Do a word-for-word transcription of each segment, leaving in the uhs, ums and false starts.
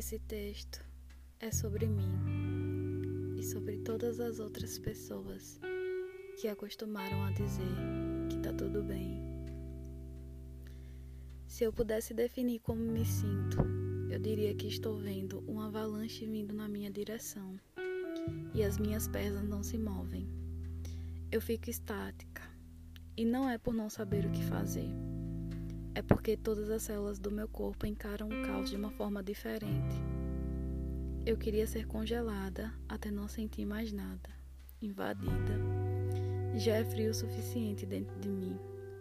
Esse texto é sobre mim e sobre todas as outras pessoas que acostumaram a dizer que tá tudo bem. Se eu pudesse definir como me sinto, eu diria que estou vendo uma avalanche vindo na minha direção e as minhas pernas não se movem. Eu fico estática e não é por não saber o que fazer. É porque todas as células do meu corpo encaram o caos de uma forma diferente. Eu queria ser congelada até não sentir mais nada, invadida. Já é frio o suficiente dentro de mim.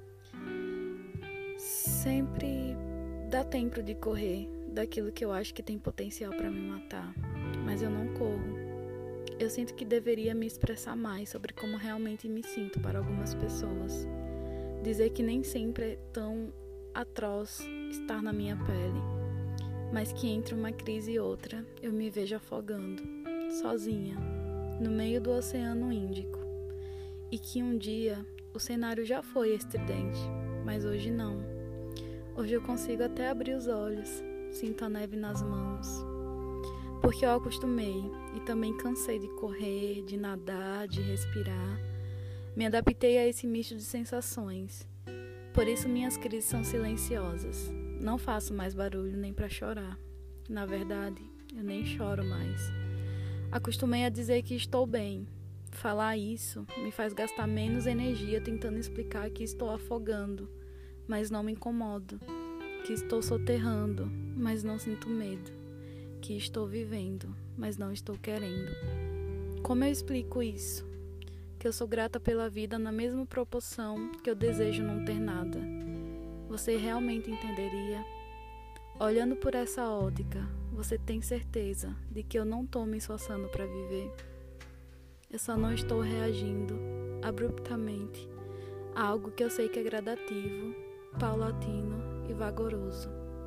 Sempre dá tempo de correr daquilo que eu acho que tem potencial para me matar, mas eu não corro. Eu sinto que deveria me expressar mais sobre como realmente me sinto para algumas pessoas. Dizer que nem sempre é tão atroz estar na minha pele, mas que entre uma crise e outra eu me vejo afogando, sozinha, no meio do Oceano Índico, e que um dia o cenário já foi estridente, mas hoje não. Hoje eu consigo até abrir os olhos, sinto a neve nas mãos, porque eu acostumei e também cansei de correr, de nadar, de respirar. Me adaptei a esse misto de sensações. Por isso minhas crises são silenciosas. Não faço mais barulho nem para chorar. Na verdade, eu nem choro mais. Acostumei a dizer que estou bem. Falar isso me faz gastar menos energia tentando explicar que estou afogando, mas não me incomodo. Que estou soterrando, mas não sinto medo. Que estou vivendo, mas não estou querendo. Como eu explico isso? Que eu sou grata pela vida na mesma proporção que eu desejo não ter nada. Você realmente entenderia? Olhando por essa ótica, você tem certeza de que eu não estou me esforçando para viver? Eu só não estou reagindo abruptamente a algo que eu sei que é gradativo, paulatino e vagaroso.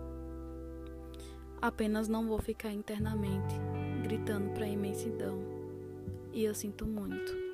Apenas não vou ficar internamente gritando para a imensidão. E eu sinto muito.